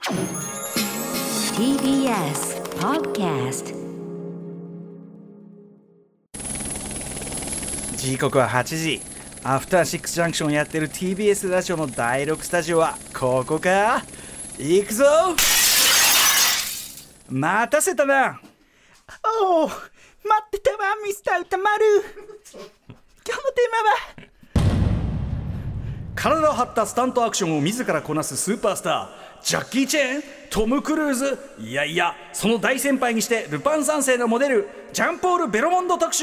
TBS Podcast。 時刻は8時。アフターシックスジャンクションやってる TBS ラジオの第6スタジオはここか。行くぞ。待たせたな。 おお、待ってたわミスター歌丸。今日のテーマは体を張ったスタントアクションを自らこなすスーパースタージャッキー・チェーン、トム・クルーズ、いやいやその大先輩にしてルパン三世のモデルジャンポール・ベルモンド特集。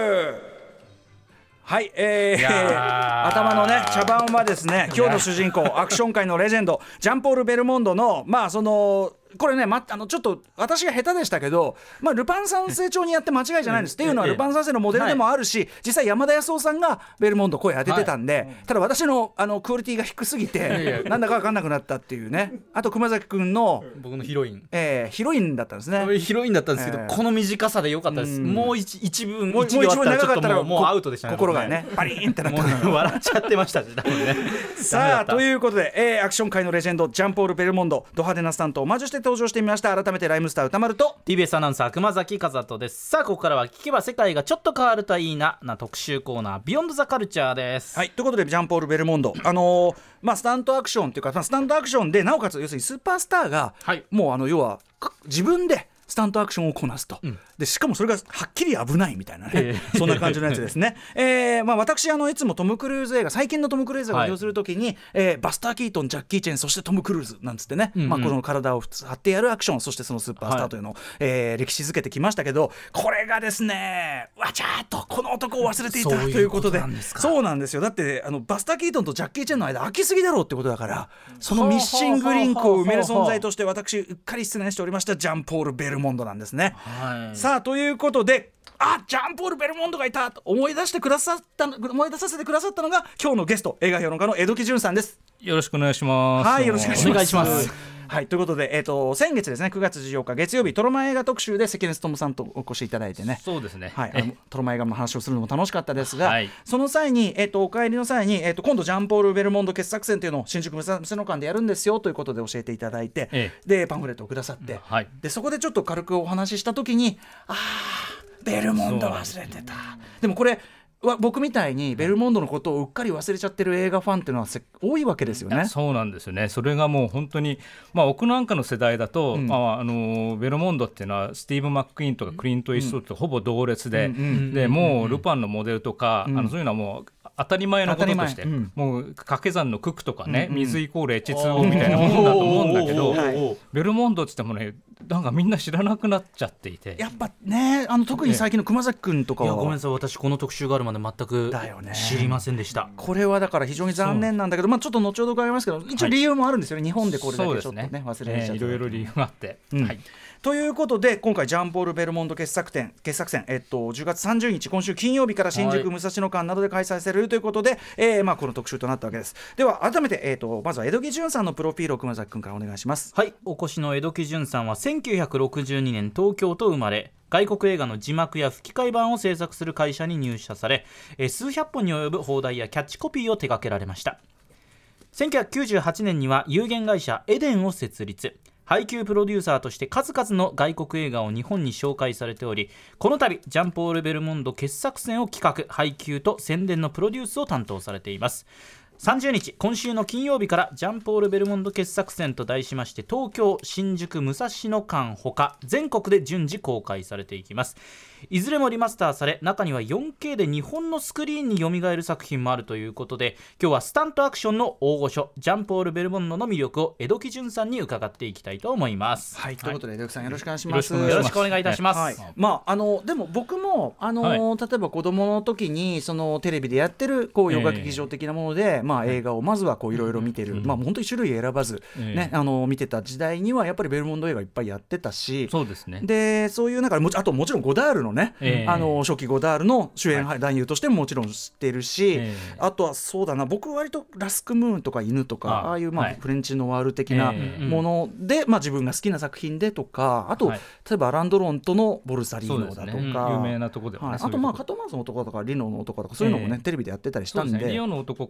はい、頭のね茶番はですね、今日の主人公アクション界のレジェンドジャンポール・ベルモンドのこれね、ちょっと私が下手でしたけど、ルパン三世調にやって間違いじゃないんです、っていうのはルパン三世のモデルでもあるし、実際山田康夫さんがベルモンド声当ててたんで、ただ私のクオリティが低すぎてなんだか分かんなくなったっていうね。あと熊崎くんの僕のヒロイン、 ヒロインだったんですね。 ヒロインだったんですけど、この短さで良かったです。もう一文もう一文長かったらもうアウトでしたね。 心がねパリーンってなったもう笑っちゃってましたねさあということで、アクション界のレジェンドジャンポール・ベルモンド、ド派手なスタントをオマージュして登場してみました。改めてライムスター歌丸と TBS アナウンサー熊崎和人です。さあここからは聞けば世界がちょっと変わるといいな特集コーナービヨンドザカルチャーです。 はい、ということでジャンポール・ベルモンド、スタントアクションというか、スタントアクションでなおかつ要するにスーパースターが、もう要は自分でスタントアクションをこなすと、でしかもそれがはっきり危ないみたいなね、そんな感じのやつですね。私いつもトム・クルーズ映画、最近のトム・クルーズ映画を要するときに、バスター・キートン、ジャッキー・チェン、そしてトム・クルーズなんつってね、この体を張ってやるアクション、そしてそのスーパースターというのを、歴史づけてきましたけど、これがですねわちゃーっとこの男を忘れていたということで、そうなんですよ。だってバスター・キートンとジャッキー・チェンの間空きすぎだろうってことだから、そのミッシングリンクを埋める存在として私うっかり失念しておりましたジャンポール・ベルモンドなんですね。さあということで、ジャンポール・ベルモンドがいたと思い出させてくださったのが今日のゲスト、映画評論家の江戸木潤さんです。 よろしくお願いします。 はい、よろしくお願いします。 はい、 ということで、先月ですね、9月14日月曜日、トロマエ映画特集で関根勤さんとお越しいただいてね、 そうですね、 トロマエ映画の話をするのも楽しかったですが、その際に、お帰りの際に、今度ジャンポール・ベルモンド傑作選というのを新宿武蔵野館でやるんですよということで教えていただいて、でパンフレットをくださって、でそこでちょっと軽くお話しした時に、ベルモンド忘れてた。でもこれ僕みたいにベルモンドのことをうっかり忘れちゃってる映画ファンっていうのは多いわけですよね。 そうなんですよね。それがもう本当に、僕なんかの世代だと、ベルモンドっていうのはスティーブ・マックイーンとかクリント・イーストウッドとほぼ同列で、でもうルパンのモデルとか、そういうのはもう当たり前のこととして、もう掛け算の九九とかね、水イコール H2O みたいなもんだと思うんだけど、ベルモンドって言ってもね、なんかみんな知らなくなっちゃっていて、 やっぱね、特に最近の熊崎くんとかは、 ごめんなさい、私この特集があるまで全く知りませんでした。 これはだから非常に残念なんだけど、ちょっと後ほど伺いますけど、一応理由もあるんですよね、日本でこれだけちょっとね忘れちゃって、 いろいろ理由があって、 ということで今回ジャンポール・ベルモンド傑作選、10月30日今週金曜日から新宿武蔵野館などで開催されるということで、この特集となったわけです。では改めて、まずは江戸木潤さんのプロフィールを熊崎君からお願いします。 はい、お越しの江戸木潤さんは1962年東京と生まれ、外国映画の字幕や吹き替え版を制作する会社に入社され、数百本に及ぶ邦題やキャッチコピーを手掛けられました。1998年には有限会社エデンを設立、配給プロデューサーとして数々の外国映画を日本に紹介されており、この度ジャンポール・ベルモンド傑作選を企画、配給と宣伝のプロデュースを担当されています。30日、今週の金曜日からジャンポール・ベルモンド傑作選と題しまして、東京、新宿、武蔵野館ほか全国で順次公開されていきます。いずれもリマスターされ、中には 4K で日本のスクリーンに蘇る作品もあるということで、今日はスタントアクションの大御所ジャンポール・ベルモンドの魅力を江戸木潤さんに伺っていきたいと思います。 はい、ということで江戸木さんよろしくお願いします。 よろしくお願いいたします。 でも僕も例えば子供の時にそのテレビでやってるこう洋画劇場的なもので、映画をまずはこういろいろ見てる、本当に種類選ばず、見てた時代にはやっぱりベルモンド映画いっぱいやってたし、 そうですね。 でそういう中であともちろんゴダールのね、初期ゴダールの主演男優としてももちろん知ってるし、あとはそうだな、僕割とラスクムーンとか犬とかああいうフレンチノワール的なもので、自分が好きな作品でとか、あと、例えばアラン・ドロントのボルサリーノだとか、 有名なとこでもね、 あとカトマンズの男とかリノの男とかそういうのもね、テレビでやってたりしたんで、 リオの男カトマンズ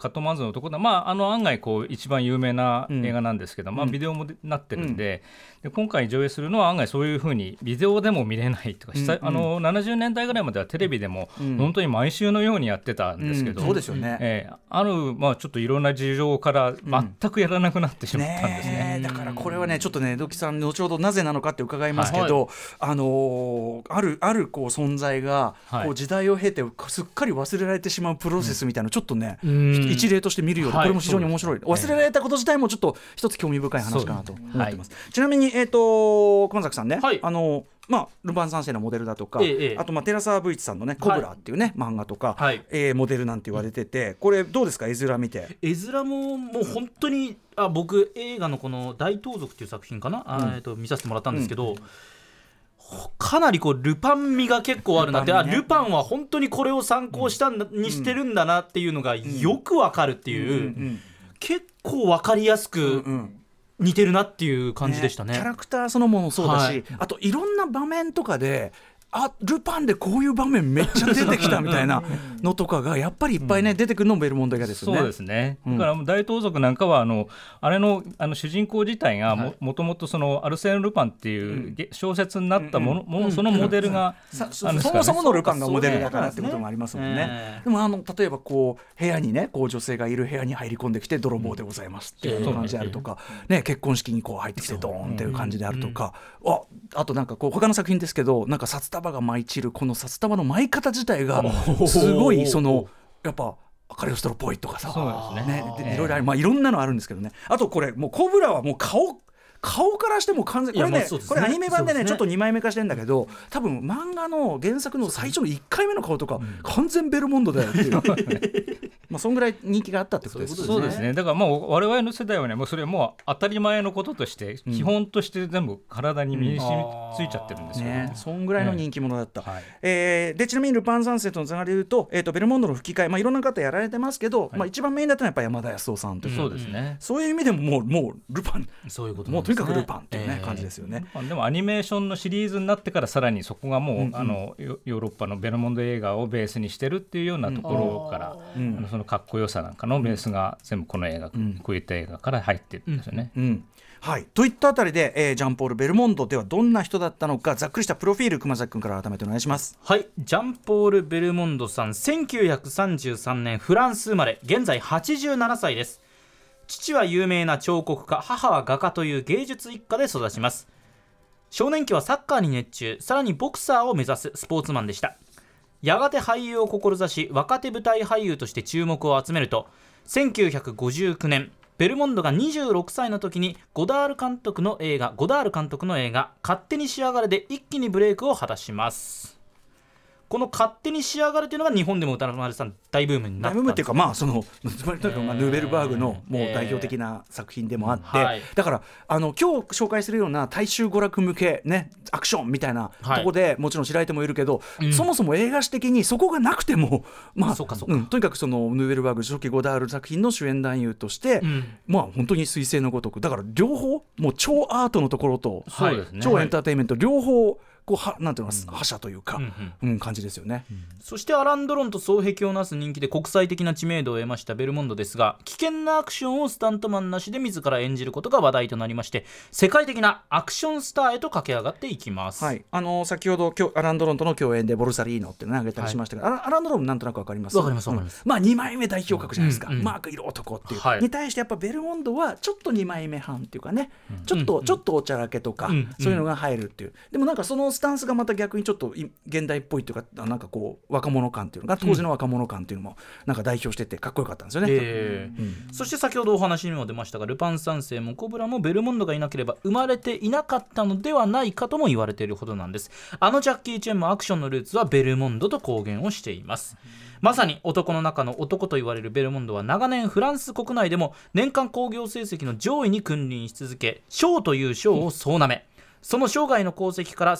の男だ、案外こう一番有名な映画なんですけど、ビデオもなってるんで、今回上映するのは案外そういう風にビデオでも見れないとか、70年代ぐらいまではテレビでも本当に毎週のようにやってたんですけど、 そうですよね、 ちょっといろんな事情から全くやらなくなってしまったんですね。 だからこれはねちょっとね江戸木さん後ほどなぜなのかって伺いますけど、あるこう存在がこう時代を経てすっかり忘れられてしまうプロセスみたいなのちょっとね、一例として見るようで、これも非常に面白い、忘れられたこと自体もちょっと一つ興味深い話かなと思ってます。ちなみに熊崎さんね、ルパン三世のモデルだとか、あと寺澤武一さんのねコブラっていうね、漫画とか、モデルなんて言われてて、これどうですか絵面見て。 絵面ももう本当に僕映画のこの大盗賊っていう作品かな、見させてもらったんですけど、かなりこうルパン味が結構あるなって、ルパンは本当にこれを参考したにしてるんだなっていうのがよくわかるっていう、結構わかりやすく似てるなっていう感じでしたね。 キャラクターそのものそうだし、あといろんな場面とかでルパンでこういう場面めっちゃ出てきたみたいなのとかがやっぱりいっぱいね、出てくるのもベルモンド映画ですよね。 そうですね、だから大盗賊なんかはあれの主人公自体がもともとそのアルセーヌ・ルパンっていう小説になったもの、そのモデルがそもそものルパンがモデルだからってこともありますもんね。でも例えばこう部屋にねこう女性がいる部屋に入り込んできて泥棒でございますっていう感じであるとか、結婚式にこう入ってきてドーンっていう感じであるとか、あとなんかこう他の作品ですけど、なんか札束が舞い散るこの札束の舞い方自体がすごいやっぱカリオストロっぽいとかさ、いろいろいろんなのあるんですけどね。あとこれもうコブラはもう顔からしても完全これね、これアニメ版でねちょっと2枚目化してんだけど、多分漫画の原作の最初の1回目の顔とか完全ベルモンドだよっていうそんぐらい人気があったってことですね。 そうですね。だから我々の世代はねもうそれもう当たり前のこととして基本として全部体に身に染みついちゃってるんですよね。 そんぐらいの人気者だった。でちなみにルパン三世とのつながりでいうと、ベルモンドの吹き替え、いろんな方やられてますけど、一番メインだったのはやっぱ山田康夫さんという、 そうですね。 そういう意味でももうルパン、 そういうこともうとにかくルパンっていうね、感じですよね。 でもアニメーションのシリーズになってからさらにそこがもう、ヨーロッパのベルモンド映画をベースにしてるっていうようなところから、そのかっこよさなんかのベースが全部この映画、こういった映画から入ってるんですよね。 といったあたりで、ジャンポール・ベルモンドではどんな人だったのか、ざっくりしたプロフィール熊崎君から改めてお願いします。 ジャンポール・ベルモンドさん、1933年フランス生まれ、現在87歳です。父は有名な彫刻家、母は画家という芸術一家で育ちます。少年期はサッカーに熱中、さらにボクサーを目指すスポーツマンでした。やがて俳優を志し、若手舞台俳優として注目を集めると、1959年ベルモンドが26歳の時にゴダール監督の映画勝手に仕上がれで一気にブレイクを果たします。この勝手に仕上がるというのが日本でも歌丸さん大ブームになったんです。 大ブームっていうか、ヌーベルバーグのもう代表的な作品でもあって、だから今日紹介するような大衆娯楽向け、アクションみたいなとこでもちろん知られてもいるけど、そもそも映画史的にそこがなくても、とにかくそのヌーベルバーグ初期ゴダール作品の主演男優として、本当に彗星のごとく、だから両方もう超アートのところと、超エンターテインメント両方なんていうの覇者というか、感じですよね。 そしてアラン・ドロンと双璧をなす人気で国際的な知名度を得ましたベルモンドですが、危険なアクションをスタントマンなしで自ら演じることが話題となりまして、世界的なアクションスターへと駆け上がっていきます。 先ほどアラン・ドロンとの共演でボルサリーノっていうのを挙げたりしましたけど、アラン・ドロンなんとなく分かります？ 分かります。 2枚目代表格じゃないですか、マーク色男っていう、に対してやっぱベルモンドはちょっと2枚目半っていうかね、ちょっとおちゃらけとか、そういうのが入るっていう。でもなんかそのスタンスがまた逆にちょっと現代っぽいっていうか、なんかこう若者感っていうのが、当時の若者感っていうのもなんか代表しててかっこよかったんですよね。 そして先ほどお話にも出ましたが、ルパン三世もコブラもベルモンドがいなければ生まれていなかったのではないかとも言われているほどなんです。ジャッキー・チェンもアクションのルーツはベルモンドと公言をしています。まさに男の中の男と言われるベルモンドは長年フランス国内でも年間興行成績の上位に君臨し続け、賞という賞を総なめ、その生涯の功績から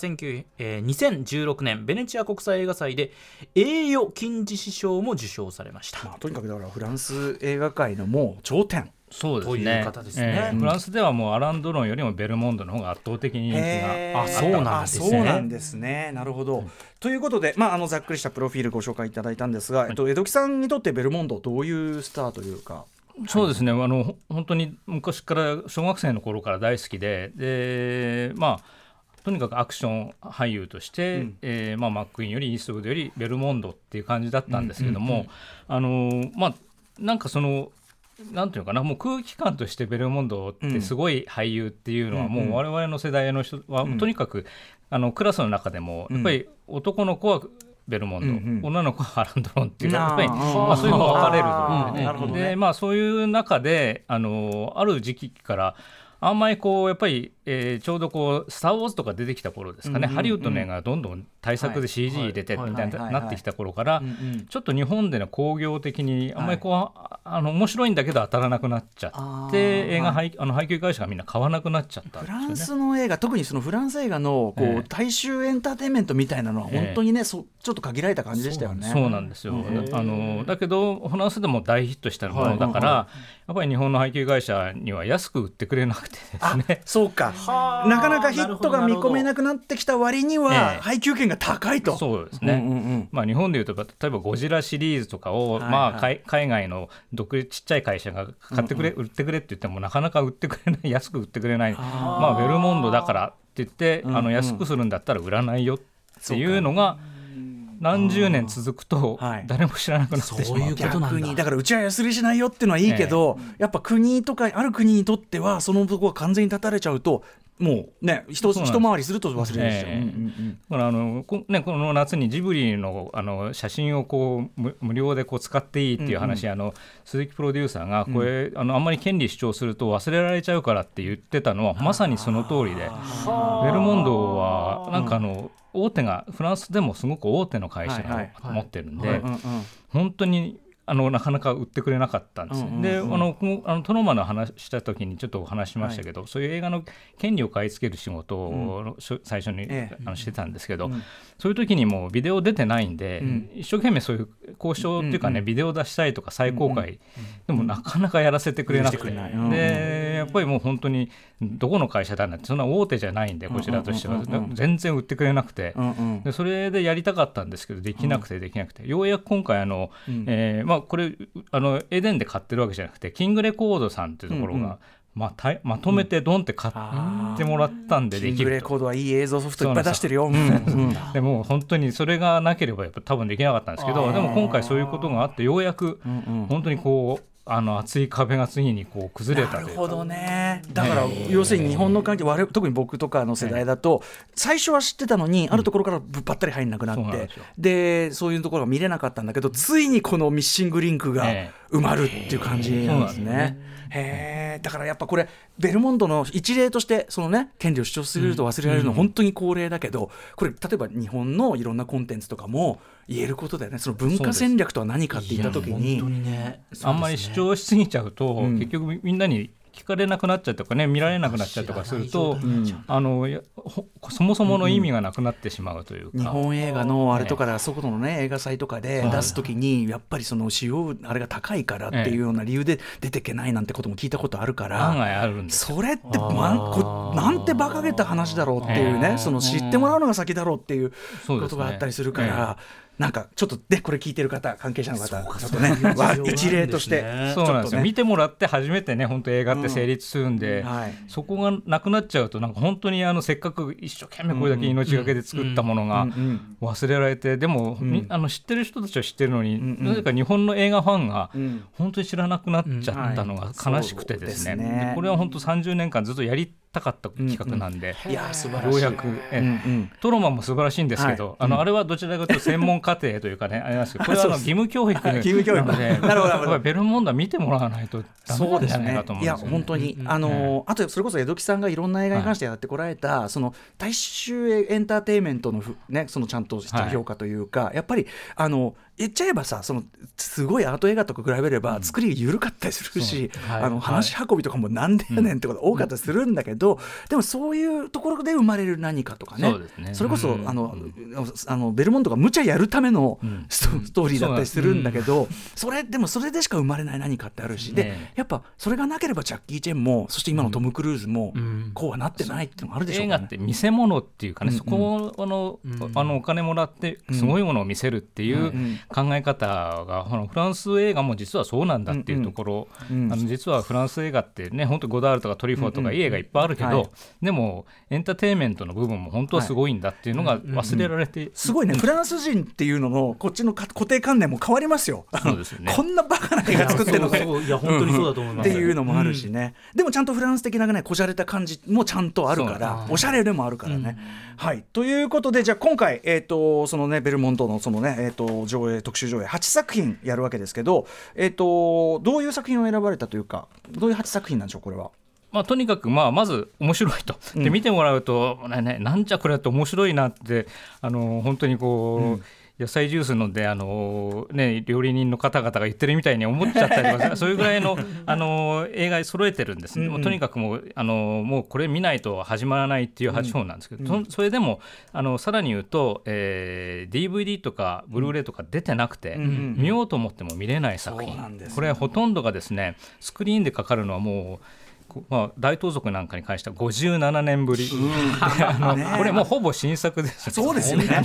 2016年ベネチア国際映画祭で栄誉金獅子賞も受賞されました。 とにかくだからフランス映画界のもう頂点そうですね、 という方ですね。 フランスではもうアラン・ドロンよりもベルモンドの方が圧倒的に人気がそうなんですね。なるほど。ということで、ざっくりしたプロフィールご紹介いただいたんですが、江戸木さんにとってベルモンドどういうスターというかそうですね、本当に昔から小学生の頃から大好きで、とにかくアクション俳優として、マックイーンよりイーストウッドよりベルモンドっていう感じだったんですけども、なんかそのなんていうのかな、もう空気感としてベルモンドってすごい俳優っていうのは、もう我々の世代の人はとにかくクラスの中でもやっぱり男の子はベルモンド、女の子はアランドロンっていうか、やっぱりそういうのが分かれるというね。でそういう中である時期からあんまりこうやっぱり、ちょうどこうスター・ウォーズとか出てきた頃ですかね、ハリウッドの映画がどんどん大作で CG 入れてみたいになってきた頃から、ちょっと日本での興行的にあんまりこう、面白いんだけど当たらなくなっちゃって、映画配給会社がみんな買わなくなっちゃったんですよね。 フランスの映画、特にそのフランス映画のこう、大衆エンターテインメントみたいなのは本当にね、ちょっと限られた感じでしたよね。 そうなんですよ。だけどフランスでも大ヒットしたものだから、やっぱり日本の配給会社には安く売ってくれなくてですね。 そうか、なかなかヒットが見込めなくなってきた割には配給権が高いと。 そうですね、日本でいうと例えばゴジラシリーズとかを、海外のちっちゃい会社が買ってくれ、売ってくれって言ってもなかなか売ってくれない、安く売ってくれない。ベルモンドだからって言って、安くするんだったら売らないよっていうのが何十年続くと誰も知らなくなってしまう。 逆にだからうちは安売りしないよっていうのはいいけど、やっぱ国とかある国にとってはそのとこが完全に断たれちゃうともうね、一回りすると忘れるんですよ。 だからこの夏にジブリの写真をこう無料でこう使っていいっていう話、鈴木プロデューサーがこれ、あんまり権利主張すると忘れられちゃうからって言ってたのはまさにその通りで、ベルモンドはなんか大手がフランスでもすごく大手の会社が持ってるんで、本当になかなか売ってくれなかったんです。でトロマの話した時にちょっとお話しましたけど、そういう映画の権利を買い付ける仕事を最初にしてたんですけど、そういう時にもうビデオ出てないんで、一生懸命そういう交渉っていうかね、ビデオ出したいとか再公開、でもなかなかやらせてくれなくて、でやっぱりもう本当にどこの会社だなんてそんな大手じゃないんで、こちらとしては全然売ってくれなくて、でそれでやりたかったんですけどできなくて、ようやく今回これエデンで買ってるわけじゃなくてキングレコードさんっていうところが、まとめてドンって買ってもらったんでできると。 キングレコードはいい映像ソフトいっぱい出してるよ。 でも本当にそれがなければやっぱ多分できなかったんですけど、でも今回そういうことがあってようやく本当にこう厚い壁が次にこう崩れたというか。 なるほどね。だから要するに日本の環境、特に僕とかの世代だと、最初は知ってたのにあるところからばったり入んなくなって、でそういうところが見れなかったんだけど、ついにこのミッシングリンクが埋まるっていう感じなんですね。だからやっぱこれベルモンドの一例としてそのね、権利を主張すると忘れられるのは本当に恒例だけど、これ例えば日本のいろんなコンテンツとかも言えることだよね。その文化戦略とは何かって言った時に、 あんまり主張しすぎちゃうと、結局みんなに聞かれなくなっちゃうとかね、見られなくなっちゃうとかすると、そもそもの意味がなくなってしまうというか、 日本映画のあれとかそこのね、映画祭とかで出すときにやっぱりその使用あれが高いからっていうような理由で出てけないなんてことも聞いたことあるから、 案外あるんです。 それってなんて馬鹿げた話だろうっていうね、その知ってもらうのが先だろうっていうことがあったりするから、なんかちょっとこれ聞いてる方、関係者の方、ちょっとね一例としてそうなんですよ、見てもらって初めてね本当映画って成立するんで、そこがなくなっちゃうとなんか本当にせっかく一生懸命これだけ命がけで作ったものが忘れられて、でも知ってる人たちは知ってるのに、なぜか日本の映画ファンが本当に知らなくなっちゃったのが悲しくてですね、これは本当30年間ずっとやりたかった企画なんで、 いや素晴らしい。 ようやくトロマンも素晴らしいんですけど、あれはどちらかというと専門課程というかねありますけど、これは義務教育なので、なるほどベルモンドは見てもらわないとダメなんじゃないかと思うんですよね。 いや本当にあとそれこそ江戸木さんがいろんな映画に関してやってこられた、その大衆エンターテインメントのね、そのちゃんとした評価というか、やっぱり言っちゃえばさ、そのすごいアート映画とか比べれば作りが緩かったりするし、話し運びとかもなんでやねんってことが多かったりするんだけど、でもそういうところで生まれる何かとかね、それこそベルモンドが無茶やるためのストーリーだったりするんだけど、でもそれでしか生まれない何かってあるし、でやっぱそれがなければジャッキー・チェンも、そして今のトム・クルーズもこうはなってないっていうのがあるでしょうかね。 映画って見せ物っていうかね、そこのお金もらってすごいものを見せるっていう考え方がフランス映画も実はそうなんだっていうところ、実はフランス映画ってね本当ゴダールとかトリュフォーとかいい映画いっぱいあるけど、でもエンターテインメントの部分も本当はすごいんだっていうのが忘れられて、 すごいね、フランス人っていうののこっちの固定観念も変わりますよ。 そうですよね、 こんなバカな映画作ってるのかいや本当にそうだと思います、 っていうのもあるしね、でもちゃんとフランス的なねこじゃれた感じもちゃんとあるからおしゃれでもあるからね、はい、ということでじゃあ今回、そのねベルモンドのそのね、上映特集上映8作品やるわけですけど、どういう作品を選ばれたというかどういう8作品なんでしょうこれは。 とにかくまず面白いとで見てもらうと、なんじゃこれって面白いなって本当にこう、野菜ジュース飲んで料理人の方々が言ってるみたいに思っちゃったりとかそういうぐらいの映画揃えてるんです、とにかくもうこれ見ないと始まらないっていう8本なんですけど、それでもさらに言うと、DVD とかブルーレイとか出てなくて、見ようと思っても見れない作品、これほとんどがですねスクリーンでかかるのはもう大盗賊なんかに関しては57年ぶり、これもうほぼ新作です。 そうですよね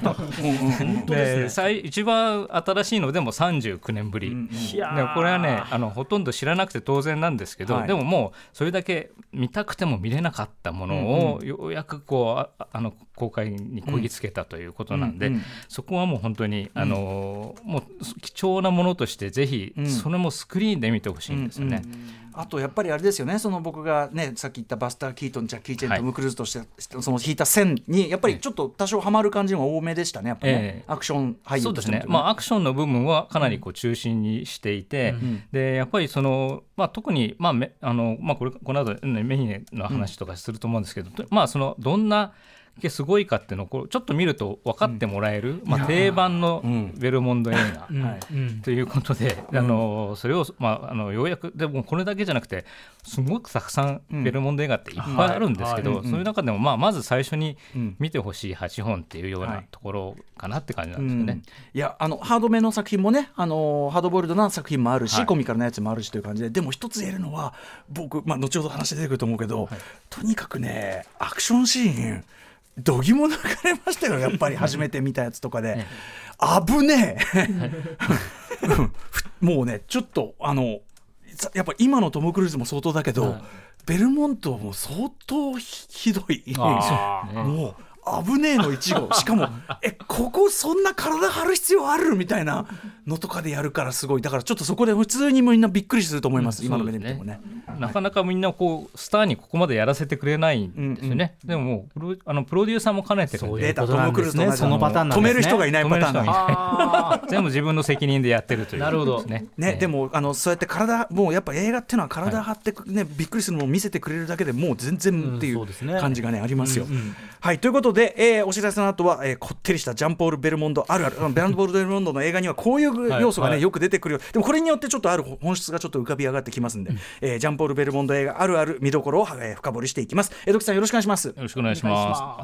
一番新しいのでも39年ぶり、でこれはねほとんど知らなくて当然なんですけど、でももうそれだけ見たくても見れなかったものをようやくこう公開にこぎつけたということなんで、そこはもう本当にもう貴重なものとしてぜひそれもスクリーンで見てほしいんですよね。 あとやっぱりあれですよね、その僕がねさっき言ったバスター・キートン、ジャッキー・チェン、トム・クルーズとしてその引いた線にやっぱりちょっと多少ハマる感じが多めでしたね、やっぱね、アクション俳優そうですね、アクションの部分はかなりこう中心にしていて、でやっぱりその、特に、この後、メインの話とかすると思うんですけど、そのどんなすごいかっていうのをちょっと見ると分かってもらえる、定番のベルモンド映画ということで、それを、ようやくでもこれだけじゃなくてすごくたくさんベルモンド映画っていっぱいあるんですけど、そういう中でもまず最初に見てほしい8本っていうようなところかなって感じなんですよね。 いやハードめの作品もねハードボイルドな作品もあるし、コミカルなやつもあるしという感じで、でも一つ言えるのは僕、後ほど話出てくると思うけど、とにかくねアクションシーン度肝抜かれましたよやっぱり初めて見たやつとかで危ねえもうねちょっとやっぱ今のトム・クルーズも相当だけど、ベルモントも相当ひどいもう危ねえの1号しかもここそんな体張る必要あるみたいなのとかでやるからすごい、だからちょっとそこで普通にみんなびっくりすると思います、今の目で見てもね。 なかなかみんなこうスターにここまでやらせてくれないんですよね、でももうプロデューサーも兼ねてるんで、 トム・クルーズと同じそのパターンなんですね、 止める人がいないパターン全部自分の責任でやってるということですね。 でもそうやって体もうやっぱ映画っていうのは体張ってね、びっくりするのを見せてくれるだけでもう全然っていう感じがねありますよ。はい、ということで、お知らせの後は、こってりしたジャンポール・ベルモンドあるあるジャンポール・ベルモンドの映画にはこういう要素がね、よく出てくるよ。でもこれによってちょっとある本質がちょっと浮かび上がってきますんで、ジャンポール・ベルモンド映画あるある見どころを、深掘りしていきます。江戸木さんよろしくお願いします。 よろしくお願いします。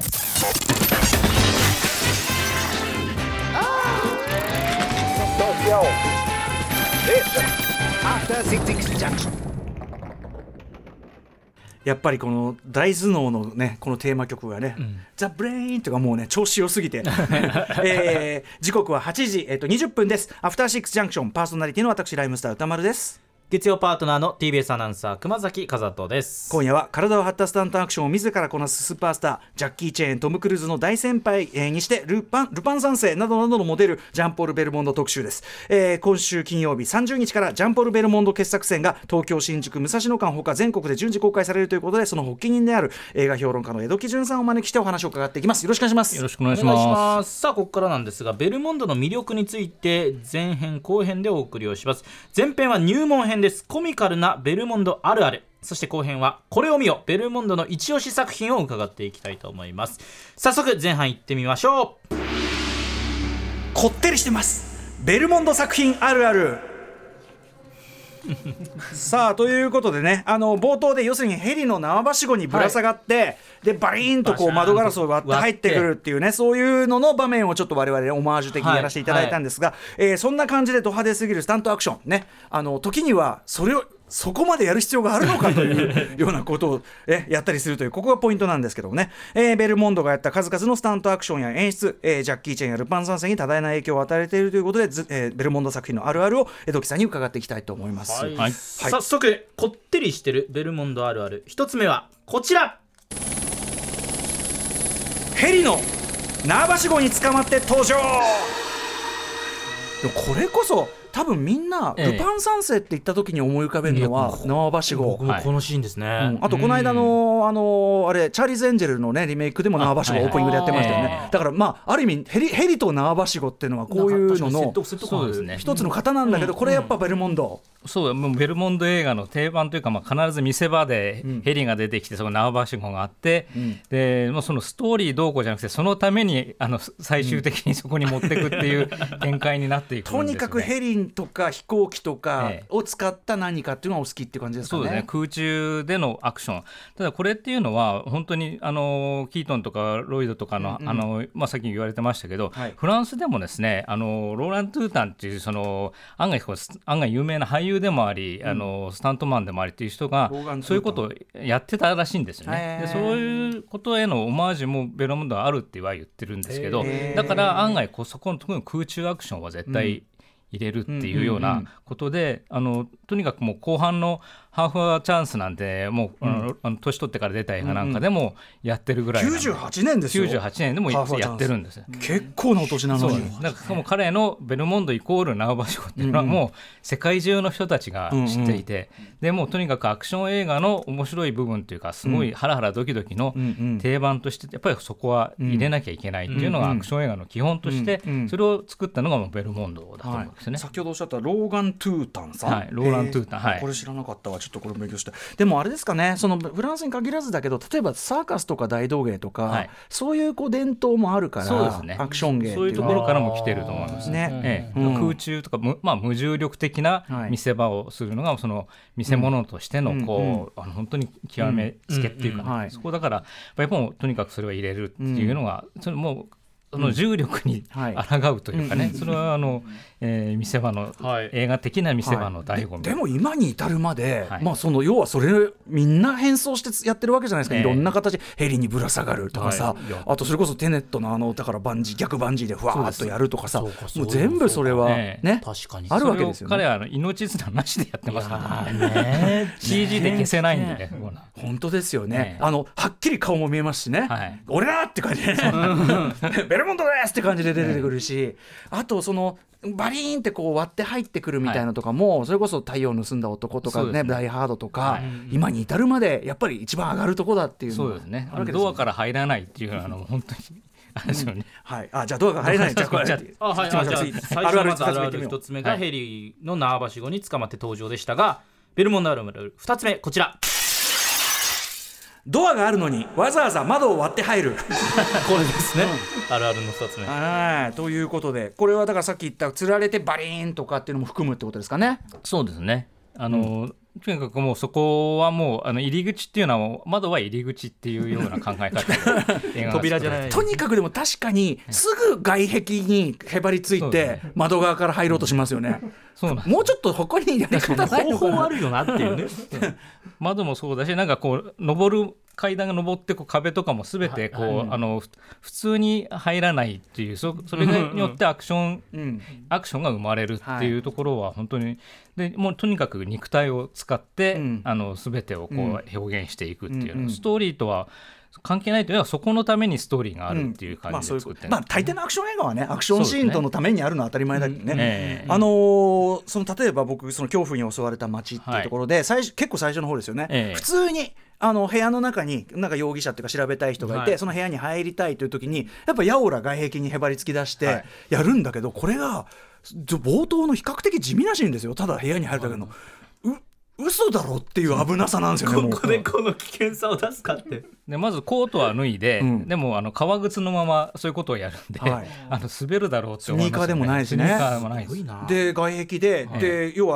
やっぱりこの大頭脳のねこのテーマ曲がね、ザ・ブレインとかもうね調子良すぎて、時刻は8時、20分です。アフターシックスジャンクション、パーソナリティの私ライムスター歌丸です。 月曜パートナーの TBS アナウンサー熊崎和人です。 今夜は体を張ったスタントアクションを自らこなすスーパースタージャッキー・チェーン、トム・クルーズの大先輩にしてルパン三世などなどのモデルジャンポール・ベルモンド特集です。今週金曜日30日からジャンポール・ベルモンド傑作選が東京新宿武蔵野間ほか全国で順次公開されるということで、その発起人である映画評論家の江戸木潤さんをお招きしてお話を伺っていきます。よろしくお願いします。 よろしくお願いします。 さあここからなんですが、ベルモンドの魅力について前編後編でお送りをします。前編は入門編です。コミカルなベルモンドあるある。そして後編はこれを見よ、ベルモンドの一押し作品を伺っていきたいと思います。早速前半行ってみましょう。 こってりしてます、ベルモンド作品あるあるさあということでね、冒頭で要するにヘリの縄ばしごにぶら下がって、でバリーンとこう窓ガラスを割って入ってくるっていうね、そういうのの場面をちょっと我々オマージュ的にやらせていただいたんですが、そんな感じでド派手すぎるスタントアクションね、時にはそれをそこまでやる必要があるのかというようなことをやったりするという、ここがポイントなんですけどもね、ベルモンドがやった数々のスタントアクションや演出、ジャッキー・チェンやルパン三世に多大な影響を与えているということで、ベルモンド作品のあるあるを江戸木さんに伺っていきたいと思います。 はい、早速こってりしてるベルモンドあるある、一つ目はこちら。 ヘリの縄ばしごに捕まって登場。でもこれこそ多分みんなルパン三世って言った時に思い浮かべるのは縄ばしご、 僕もこのシーンですね、 あとこの間のあれチャーリーズ・エンジェルのねリメイクでも縄ばしごオープニングでやってましたよね。だからまあある意味ヘリと縄ばしごっていうのはこういうのの一つの型なんだけど、これやっぱベルモンド、 そうもうベルモンド映画の定番というか、まあ、必ず見せ場でヘリが出てきて、そこ縄ばしごがあって、でもうそのストーリーどうこうじゃなくて、そのために最終的にそこに持っていくっていう展開になっていくんですよね。 とにかくヘリとか飛行機とかを使った何かっていうのがお好きっていう感じですかね。 そうですね、空中でのアクション。ただこれっていうのは本当にキートンとかロイドとかの、まあ、さっき言われてましたけど、フランスでもですねローラン・トゥータンっていう案外有名な俳優でもあり、スタントマンでもありっていう人がそういうことをやってたらしいんですよね。でそういうことへのオマージュもベルモンドはあるっては言ってるんですけど、だから案外そこの特に空中アクションは絶対入れるっていうようなことで、とにかくもう後半のハーフアワーチャンスなんてもう、年取ってから出た映画なんかでもやってるぐらいなんで、 98年ですよ。 98年でもやってるんですよ。 結構なお年なのに。 だからもう彼のベルモンドイコール縄ばしごっていうのはもう世界中の人たちが知っていて、でもうとにかくアクション映画の面白い部分というか、すごいハラハラドキドキの定番としてやっぱりそこは入れなきゃいけないっていうのがアクション映画の基本として、それを作ったのがもうベルモンドだと思うんですね。 先ほどおっしゃったローガン・トゥータンさん、 はい、ローラン・トゥータン、はい、 これ知らなかったわ。ちょっとこれ勉強して。でもあれですかね、そのフランスに限らずだけど、例えばサーカスとか大道芸とか、そういう伝統もあるから、 そうですね、 アクション芸っていうそういうところからも来てると思いますね。 空中とか無重力的な見せ場をするのがその見せ物としての本当に極めつけっていうか、そこだからやっぱりとにかくそれを入れるっていうのが、それもうその重力に抗うというかね、それは見せ場の、映画的な見せ場の醍醐味、 でも今に至るまで、まあ、要はそれみんな変装してやってるわけじゃないですか、いろんな形、ヘリにぶら下がるとかさ、あとそれこそテネットのだから逆バンジーでふわーっとやるとかさ、もう全部それはね、 確かにあるわけですよね。 彼は命綱なしでやってますからね。CG で消せないんでね。 本当ですよね。はっきり顔も見えますしね、俺だって感じでベルモンドですって感じで出てくるし、あとバリーンって割って入ってくるみたいなとかも、それこそ太陽を盗んだ男とかね、ダイハードとか、今に至るまでやっぱり一番上がるとこだっていうのが、 そうですね、ドアから入らないっていう本当にあれですよね。 はい、じゃあドアが入らない。じゃあ最初まずあるある1つ目がヘリの縄ばしごに捕まって登場でしたが、ベルモンドあるある2つ目こちら。 ドアがあるのにわざわざ窓を割って入るこれですね、あるあるの2つ目。 ということで、これはだからさっき言った釣られてバリーンとかっていうのも含むってことですかね。 そうですね。とにかくもうそこはもう入り口っていうのは窓は入り口っていうような考え方扉じゃない。 とにかくでも確かにすぐ外壁にへばりついて窓側から入ろうとしますよね。 そうなんです。 もうちょっと他にやり方ないのかな。 方法あるよなっていうね窓もそうだし、なんか登る階段が登って壁とかも全て普通に入らないっていう、それによってアクションが生まれるっていうところは本当にで、もうとにかく肉体を使って、全てを表現していくっていう、ストーリーとは関係ないというのはそこのためにストーリーがあるっていう感じで作ってる。 大抵のアクション映画はね、アクションシーンとのためにあるのは当たり前だけどね。例えば僕恐怖に襲われた街っていうところで、結構最初の方ですよね、普通に部屋の中になんか容疑者っていうか調べたい人がいて、その部屋に入りたいという時にやっぱやおら外壁にへばりつき出してやるんだけど、これが冒頭の比較的地味なシーンですよ。ただ部屋に入るだけの嘘だろっていう危なさなんですよね。 ここでこの危険さを出すかってで、まずコートは脱いで、でも革靴のままそういうことをやるんで、滑るだろうって思いますよね。 スニーカーでもないしね。で外壁で、要は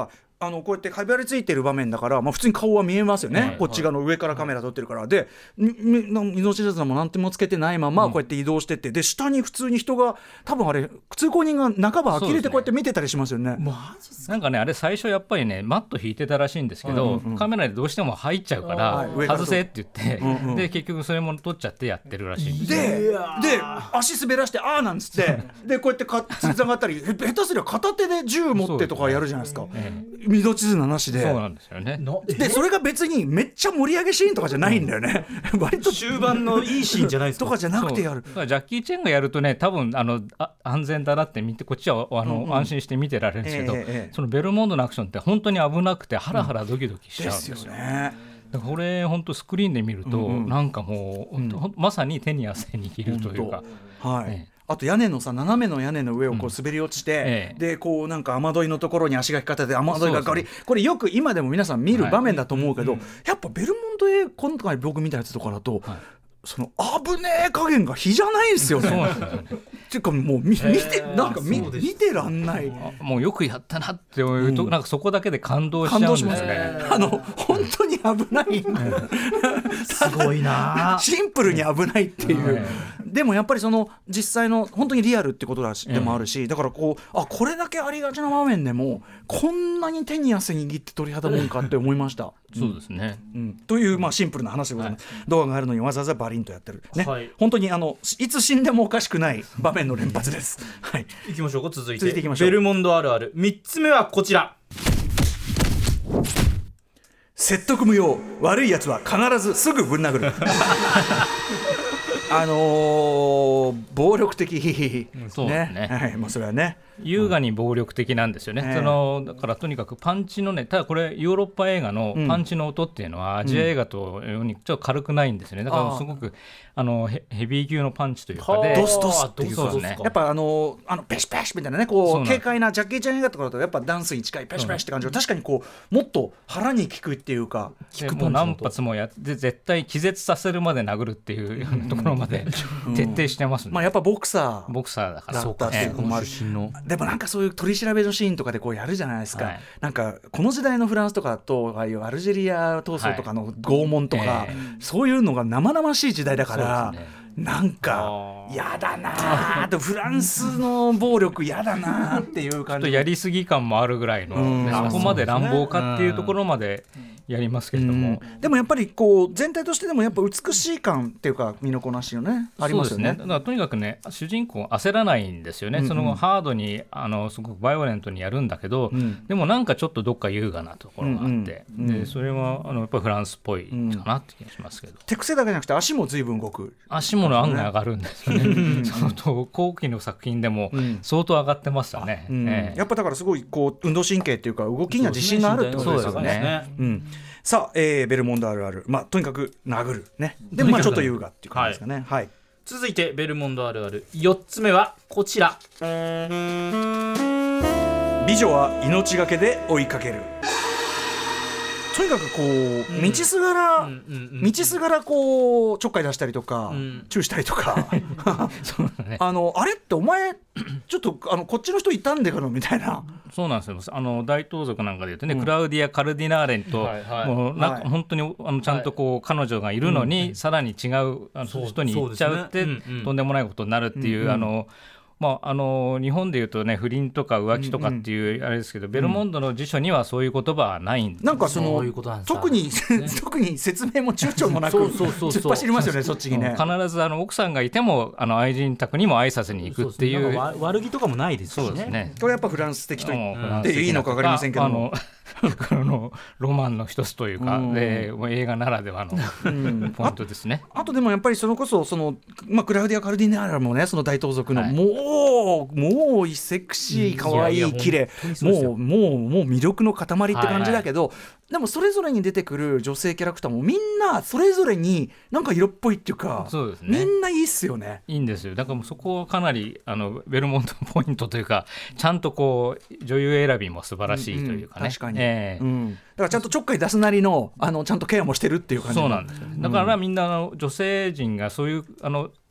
こうやって壁りついてる場面だから、普通に顔は見えますよね、こっち側の上からカメラ撮ってるから。で命知らずも何ともつけてないままこうやって移動してって、で下に普通に人が多分あれ通行人が半ば呆れてこうやって見てたりしますよね。 なんかねあれ最初やっぱりねマット引いてたらしいんですけど、カメラでどうしても入っちゃうから外せって言って、で結局それも撮っちゃってやってるらしいんですで足滑らしてあーなんつってでこうやってつながったり下手すりゃ片手で銃持ってとかやるじゃないですか、命綱なしで。 そうなんですよね。 でそれが別にめっちゃ盛り上げシーンとかじゃないんだよね、割と終盤のいいシーンじゃないですかとかじゃなくてやる。 ジャッキー・チェンがやるとね多分安全だなって見てこっちは安心して見てられるんですけど、そのベルモンドのアクションって本当に危なくてハラハラドキドキしちゃうんですよ、 ですよね。 これ本当スクリーンで見ると、なんかもう、まさに手に汗握るというか、 あと屋根の斜めの屋根の上をこう滑り落ちて、でこうなんか雨どいのところに足が引っかかって雨どいがガリ、これよく今でも皆さん見る場面だと思うけど、やっぱベルモンド映今回僕見たやつとかだと、その危ねえ加減が比じゃないんですよね。っていうかもう見てなんか見てらんない。 もうよくやったなって思うと、なんかそこだけで感動しちゃうんですね。 本当に危ない、 すごいなシンプルに危ないっていう、でもやっぱりその実際の本当にリアルってことでもあるし、だからこれだけありがちな場面でもこんなに手に汗握って鳥肌もんかって思いました。 そうですね、 というシンプルな話でございます、動画があるのにわざわざバリンとやってる、ね、本当にいつ死んでもおかしくない場面の連発です。 いきましょうか。続いていきましょう。 ベルモンドあるある3つ目はこちら。 説得無用、悪いやつは必ずすぐぶん殴る。暴力的そうですね、 それはね優雅に暴力的なんですよね、だからとにかくパンチのね、ただこれヨーロッパ映画のパンチの音っていうのはアジア映画とようにちょっと軽くないんですよね。だからすごくヘビー級のパンチというかでドスドスっていうそうですね、 やっぱペシペシみたいなね、こう軽快なジャッキーチェン映画とかだとやっぱダンスに近いペシペシって感じが確かにこうもっと腹に効くっていうか、 もう何発もやって絶対気絶させるまで殴るっていうところまで徹底してますね。 やっぱボクサーだからだったっていうのもあるし、でもなんかそういう取り調べのシーンとかでこうやるじゃないですか、なんかこの時代のフランスとかだとああいうアルジェリア闘争とかの拷問とか、そういうのが生々しい時代だから、なんかやだなと、フランスの暴力やだなっていう感じ、 ちょっとやりすぎ感もあるぐらいの、そこまで乱暴かっていうところまでやりますけれども、 でもやっぱりこう全体としてでもやっぱ美しい感っていうか身のこなしよね、ありますよね。 だからとにかくね主人公焦らないんですよね、そのハードにすごくバイオレントにやるんだけど、でもなんかちょっとどっか優雅なところがあって、でそれはやっぱりフランスっぽいかなって気がしますけど、 手癖だけじゃなくて足も随分動く、 足も案外上がるんですよね。相当後期の作品でも相当上がってましたね、 やっぱだからすごいこう運動神経っていうか動きには自信があるってことですよね。さあ、ベルモンドあるある、とにかく殴るね、でもちょっと優雅っていう感じですかね。 続いてベルモンドあるある4つ目はこちら。 美女は命がけで追いかける。とにかくこう道すがらこうちょっかい出したりとか、チューしたりとかあれってお前ちょっとこっちの人いたんでからみたいな。 そうなんですよ。大盗賊なんかで言うとね、クラウディア・カルディナーレンと、もうなんか本当にちゃんとこう彼女がいるのに、さらに違う人に行っちゃうって、とんでもないことになるっていう、日本でいうとね不倫とか浮気とかっていうあれですけど、ベルモンドの辞書にはそういう言葉はないんです。 なんか特に説明も躊躇もなく突っ走りますよね、そっちにね。 必ず奥さんがいても愛人宅にも挨拶に行くっていう、 悪気とかもないですしね。 そうですね。 これやっぱフランス的と言っていいのか分かりませんけども、 ロマンの一つというか、で映画ならではのポイントですね。 あとでもやっぱりそれこそクラウディア・カルディナーラもね、その大盗賊のもうセクシー可愛い綺麗、もう魅力の塊って感じだけど、でもそれぞれに出てくる女性キャラクターもみんなそれぞれになんか色っぽいっていうか、 そうですね、 みんないいっすよね。 いいんですよ。だからもうそこはかなりベルモンドポイントというか、ちゃんとこう女優選びも素晴らしいというかね、 確かに、だからちゃんとちょっかい出すなりのちゃんとケアもしてるっていう感じ。 そうなんですよね。だからみんな女性陣がそういう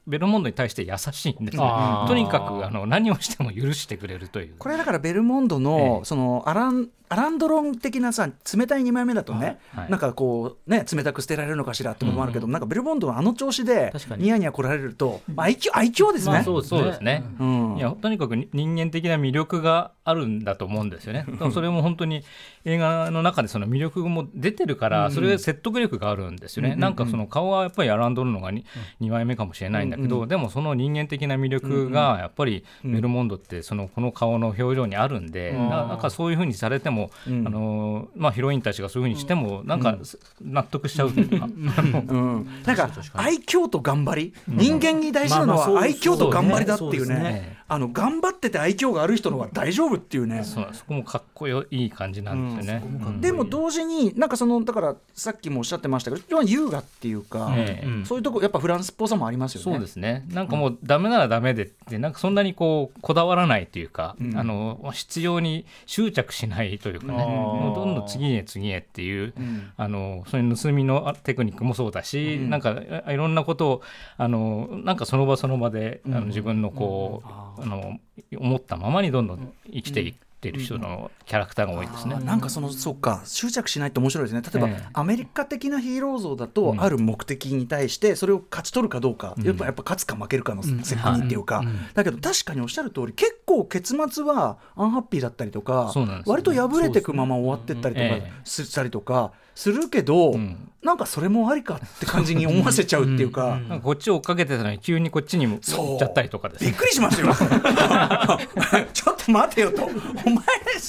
ベルモンドに対して優しいんですよ。とにかく何をしても許してくれるという。 これだからベルモンドの、そのアランドロン的なさ冷たい2枚目だとね、なんかこうね冷たく捨てられるのかしらってこともあるけど、なんかベルモンドの調子でニヤニヤ来られると愛嬌ですね。 そうですね、いやとにかく人間的な魅力があるんだと思うんですよね。それも本当に映画の中でその魅力も出てるから、それ説得力があるんですよね。なんかその顔はやっぱりアランドロンのが 2枚目かもしれないんだけど、でもその人間的な魅力がやっぱりベルモンドってこの顔の表情にあるんで、なんかそういう風にされても、ヒロインたちがそういう風にしてもなんか納得しちゃうというか、 なんか愛嬌と頑張り、人間に大事なのは愛嬌と頑張りだっていうね、頑張ってて愛嬌がある人の方が大丈夫っていうね、 そこもかっこいい感じなんですよね。 でも同時になんかだからさっきもおっしゃってましたけど優雅っていうか、そういうとこやっぱフランスっぽさもありますよね。 そうですね。なんかもうダメならダメでってなんかそんなにこだわらないというか、必要に執着しないというかね、もうどんどん次へ次へっていう、そういう盗みのテクニックもそうだし、なんかいろんなことをなんかその場その場で自分の思ったままにどんどん生きていってる人のキャラクターが多いですね。 なんかそうか執着しないって面白いですね。例えば、アメリカ的なヒーロー像だと、ある目的に対してそれを勝ち取るかどうか、やっぱ勝つか負けるかの責任っていうか、だけど確かにおっしゃる通り結構結末はアンハッピーだったりとか、割と破れていくまま終わってったりとかしたりとかするけど、なんかそれもありかって感じに思わせちゃうっていうか、 なんかこっちを追っかけてたのに急にこっちにも行っちゃったりとかですね。 びっくりしますよちょっと待てよと、お前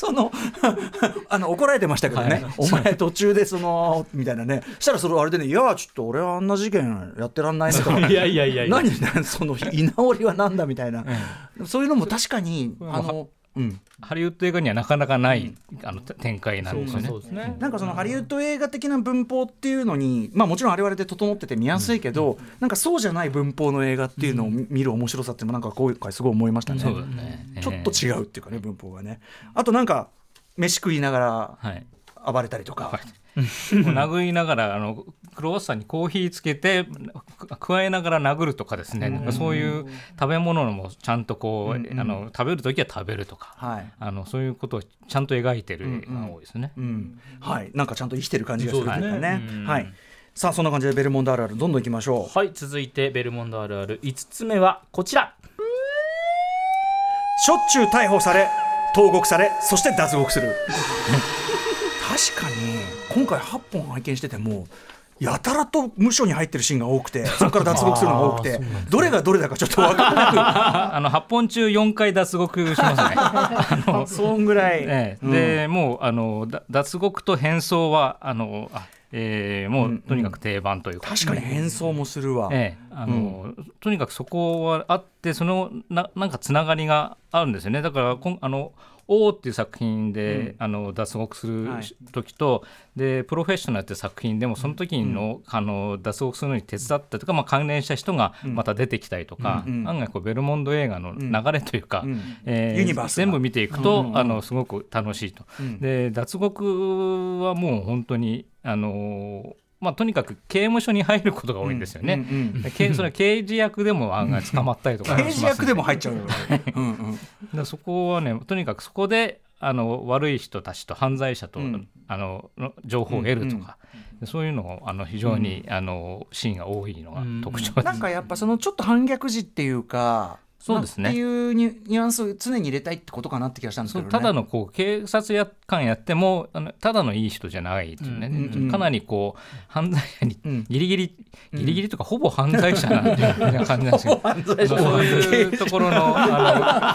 怒られてましたけどね、お前途中でみたいなね、したらそれあれでね、いやちょっと俺はあんな事件やってらんないですからいや何その居直りはなんだみたいな、そういうのも確かにハリウッド映画にはなかなかない展開なんですよね。 なんかそのハリウッド映画的な文法っていうのに、もちろんあれはあれで整ってて見やすいけど、なんかそうじゃない文法の映画っていうのを見る面白さっていうのもなんか今回すごい思いましたね。 そうだね、 ちょっと違うっていうかね、文法がね。あとなんか飯食いながら暴れたりとか、 殴りながらクロワッサンにコーヒーつけて加えながら殴るとかですね、なんかそういう食べ物もちゃんと食べるときは食べるとか、そういうことをちゃんと描いてるのが多いですね。 なんかちゃんと生きてる感じがするというかね。さあそんな感じでベルモンドあるあるどんどんいきましょう。 はい、続いてベルモンドあるある5つ目はこちら。 しょっちゅう逮捕され投獄されそして脱獄する確かに今回8本拝見しててもやたらと無所に入ってるシーンが多くて、そこから脱獄するのが多くてどれがどれだかちょっと分からなく 8本中4回脱獄しますねそんぐらい、 でもう脱獄と変装はもうとにかく定番というか、 確かに変装もするわ、 とにかくそこはあって、なんかつながりがあるんですよね。だから王っていう作品で、脱獄する時と、でプロフェッショナルっていう作品でもその時の、脱獄するのに手伝ったとか、関連した人がまた出てきたりとか、案外ベルモンド映画の流れというか、 ユニバース全部見ていくと、すごく楽しいと。で脱獄はもう本当にとにかく刑務所に入ることが多いんですよね。それは刑事役でも案外捕まったりとかします、 刑事役でも入っちゃうよでそこはね、とにかくそこで悪い人たちと犯罪者と、情報を得るとか、そういうのを非常に、シーンが多いのが特徴です。 なんかやっぱちょっと反逆児っていうか、 そうですね、 っていうニュアンスを常に入れたいってことかなって気がしたんですけどね。 ただの警察官やってもただのいい人じゃないっていうね、かなり犯罪者にギリギリとかほぼ犯罪者なんていう感じなんですけどそういうところの刑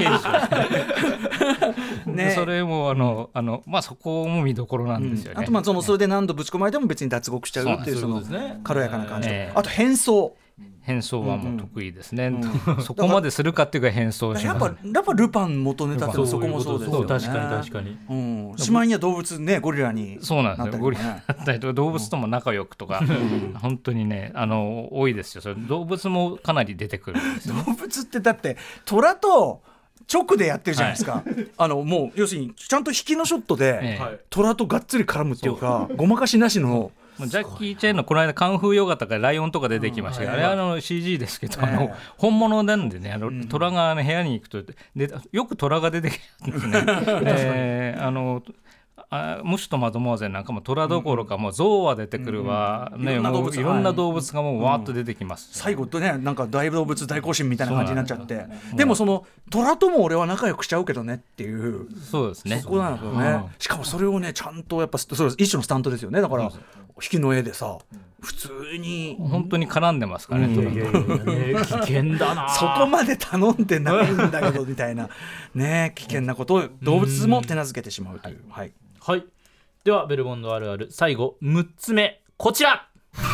事ね、それもそこも見どころなんですよね。 あとそれで何度ぶち込まれても別に脱獄しちゃうっていうその軽やかな感じ、あと変装はもう得意ですね、そこまでするかっていうか変装します。 やっぱルパン元ネタってそこもそうですよね。 確かに、 しまいには動物ね、ゴリラになったりとかね。 そうなんですよ、ゴリラだったりとか動物とも仲良くとか、本当にね多いですよ。それ動物もかなり出てくるんですよ。 動物ってだって虎と直でやってるじゃないですかもう要するにちゃんと引きのショットで虎とがっつり絡むっていうか、ごまかしなしのジャッキー・チェンのこの間カンフーヨガとかライオンとか出てきましたけど、あれはCG ですけど、本物なんでね、虎が、部屋に行くとでよく虎が出てきるんですね。ムシュとマドモアゼルなんかも虎どころかもう象は出てくるわ、いろんな動物がもうわーっと出てきます、 最後とね、なんか大動物大行進みたいな感じになっちゃって、でもその虎とも俺は仲良くしちゃうけどねっていう、 そうですね、 そこなんですよね、しかもそれをねちゃんとやっぱそれ一種のスタントですよね。だから引きの絵でさ普通に本当に絡んでますからね、 危険だな。 そこまで頼んでないんだけどみたいなね、危険なことを動物も手なずけてしまうという、はいはい、ではベルモンドあるある最後6つ目、こちら。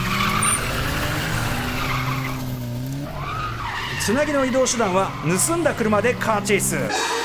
つなぎの移動手段は盗んだ車でカーチェイス。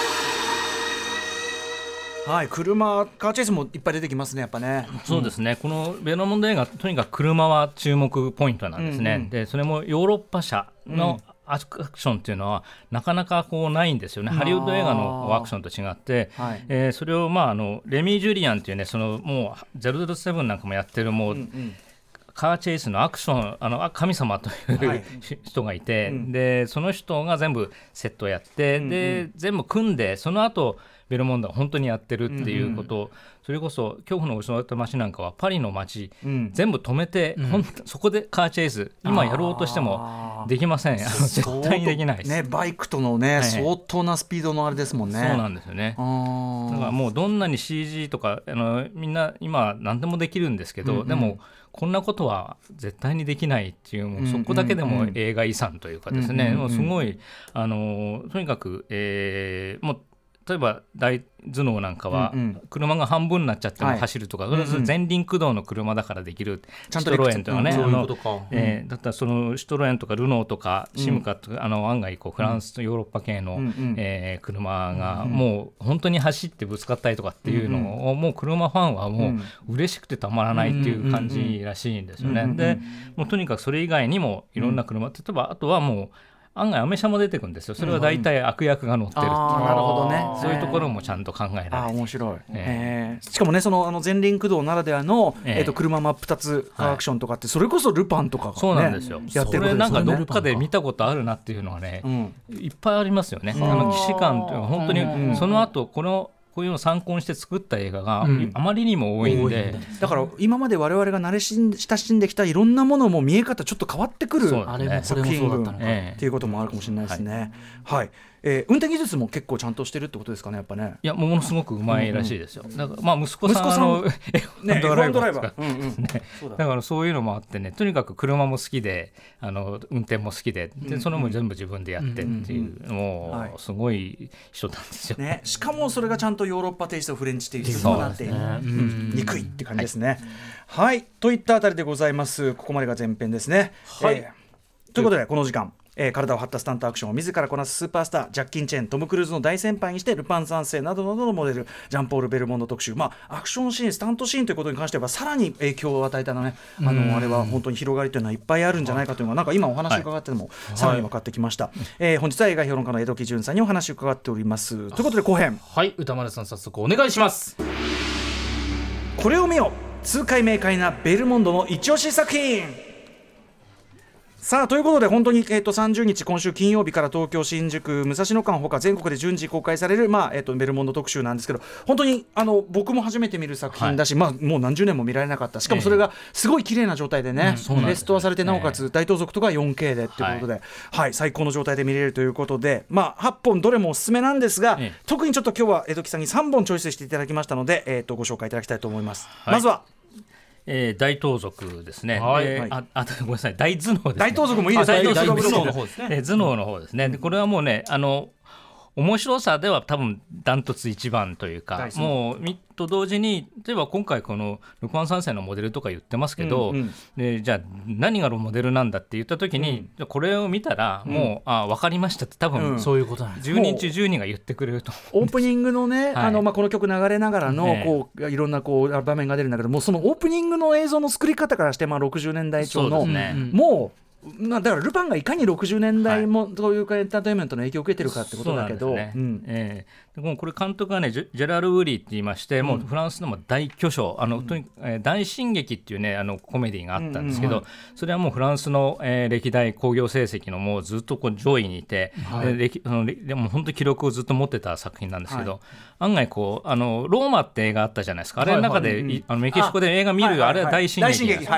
はい、カーチェイスもいっぱい出てきますね、やっぱね。 そうですね、このベルモンド映画とにかく車は注目ポイントなんですね、でそれもヨーロッパ車のアクションっていうのはなかなかこうないんですよね。ハリウッド映画のアクションと違って、それをレミー・ジュリアンっていうね、そのもう007なんかもやってるもう、カーチェイスのアクション神様という、人がいて、でその人が全部セットをやって、で全部組んでその後ベルモンドは本当にやってるっていうことを、それこそ恐怖の失われた街なんかはパリの街、全部止めて、そこでカーチェイス今やろうとしてもできません。絶対にできないです、 ね、バイクとのね、相当なスピードのあれですもんね。 そうなんですよね。だからもうどんなに CG とかみんな今何でもできるんですけど、でもこんなことは絶対にできないっていう、もうそこだけでも映画遺産というかですね、もうすごいとにかく、もう例えば大頭脳なんかは車が半分になっちゃっても走るとか、前輪駆動の車だからできる、シトロエンとかね、だったらそのシトロエンとかルノーとかシムカとか案外こうフランスとヨーロッパ系の車がもう本当に走ってぶつかったりとかっていうのをもう車ファンはもう嬉しくてたまらないっていう感じらしいんですよね。でもうとにかくそれ以外にもいろんな車、例えばあとはもう案外アメ車も出てくるんですよ。それは大体悪役が乗ってるっていう、 なるほどね、 そういうところもちゃんと考えられて、 面白い、しかもね、その前輪駆動ならではの、車真っ二つアクションとかって、それこそルパンとかが、ね、 そうなんですよ。 やってるこれなんかどっかで見たことあるなっていうのはね、いっぱいありますよね。既視感というのは本当にその後こういうのを参考にして作った映画があまりにも多いんで、 だから今まで我々が慣れ親しんできたいろんなものも見え方ちょっと変わってくる作品群っていうこともあるかもしれないですね。はい、運転技術も結構ちゃんとしてるってことですかね、やっぱね。いや、ものすごくうまいらしいですよ。だから息子さん F1 ドライバーだからそういうのもあってね、とにかく車も好きで運転も好きで、それも全部自分でやってっていう、もうすごい人なんですよ、 ね、しかもそれがちゃんとヨーロッパテイストフレンチテイストになっている、にくいって感じですね。はい、といったあたりでございます。ここまでが前編ですね。ということでこの時間体を張ったスタントアクションを自らこなすスーパースタージャッキー・チェン、トム・クルーズの大先輩にしてルパン三世などなどのモデルジャンポール・ベルモンド特集、アクションシーンスタントシーンということに関してはさらに影響を与えたのね、あれは本当に広がりというのはいっぱいあるんじゃないかというのがなんか今お話を伺ってもさらに分かってきました。本日は映画評論家の江戸木潤さんにお話を伺っております。ということで後編、 はい、歌丸さん早速お願いします。 これを見よ、痛快明快なベルモンドの一押し作品。さあということで本当に、30日今週金曜日から東京新宿武蔵野間ほか全国で順次公開される、ベルモンド特集なんですけど、本当に僕も初めて見る作品だし、もう何十年も見られなかった。しかもそれがすごい綺麗な状態でね、レストアされてなおかつ大盗賊とか 4K でということで、最高の状態で見れるということで、8本どれもおすすめなんですが、特にちょっと今日は江戸木さんに3本チョイスしていただきましたので、ご紹介いただきたいと思います。まずは大盗賊ですね。ごめんなさい、大頭脳ですね。 大盗賊もいいですね。 大頭脳の方ですね。頭脳の方ですね。でこれはもうね、面白さでは多分ダントツ一番というか、もうと同時に例えば今回このルパン三世のモデルとか言ってますけど、でじゃあ何がモデルなんだって言った時に、これを見たらもう、分かりましたって多分、 そういうことなんです。 10人中10人が言ってくれると。 オープニングのね、この曲流れながらのいろんな場面が出るんだけども、そのオープニングの映像の作り方からして、60年代調の、もうだからルパンがいかに60年代もそういうエンターテインメントの影響を受けてるかってことだけど、 これ監督がねジェラル・ウーリーって言いまして、もうフランスの大巨匠、大進撃っていうねコメディがあったんですけど、それはもうフランスの、歴代興行成績のもうずっとこう上位にいて、でも本当に記録をずっと持ってた作品なんですけど、案外こうローマって映画あったじゃないですか。あれの中で、メキシコで映画見るあれは大進撃なんです。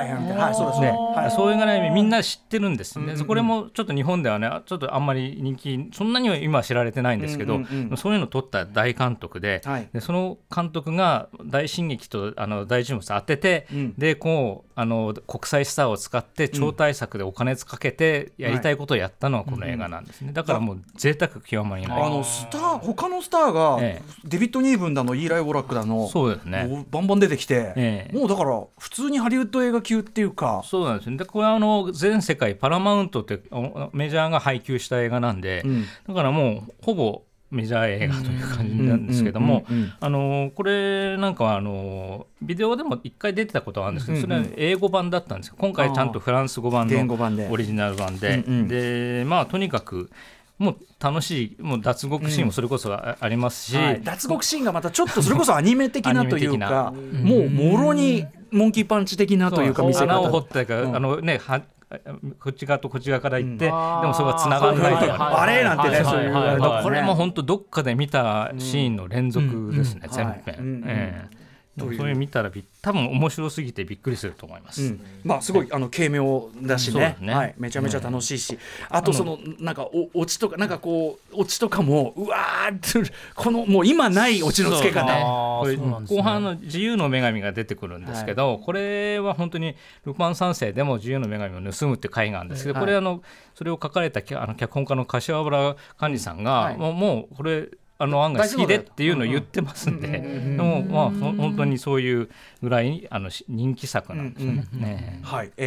そうですね。そういうぐらいみんな知ってるんですね。これもちょっと日本ではねちょっとあんまり人気そんなには今知られてないんですけど、そういうのを撮った大監督で、その監督が大進撃と大人物当てて、でこう国際スターを使って超大作でお金かけてやりたいことをやったのはこの映画なんですね。だからもう贅沢極まりない。他のスターが、デビッド・ニーブンだのイーライ・ウォラックだの、 そうですね、 バンバン出てきて、もうだから普通にハリウッド映画級っていうか。 そうなんですね。でこれは全世界パラマウントってメジャーが配給した映画なんで、だからもうほぼメジャー映画という感じなんですけども、これなんかはビデオでも1回出てたことがあるんですけど、それは英語版だったんですけど、今回ちゃんとフランス語版のオリジナル版で、でまあとにかくもう楽しい、もう脱獄シーンもそれこそありますし、 脱獄シーンがまたちょっこそれこそアニメ的なというかもうもろにモンキーパンチ的なというか見せ方、 穴を掘ってこっち側とこっち側から行って、でもそこがつながらないとか、 あれなんてね、 これも本当どっかで見たシーンの連続ですね、全編。そういう見たら多分面白すぎてびっくりすると思います。 まあすごい軽妙だしね、めちゃめちゃ楽しいし、あとそのなんかオチとかなんかこうオチとかもうわーこのもう今ないオチのつけ方、 後半の自由の女神が出てくるんですけど、これは本当にルパン三世でも自由の女神を盗むっていう回があるんですけど、これそれを書かれた脚本家の柏原寛治さんがもうこれ案外好きでっていうのを言ってますんで、でもまあ本当にそういうぐらい人気作なんですね。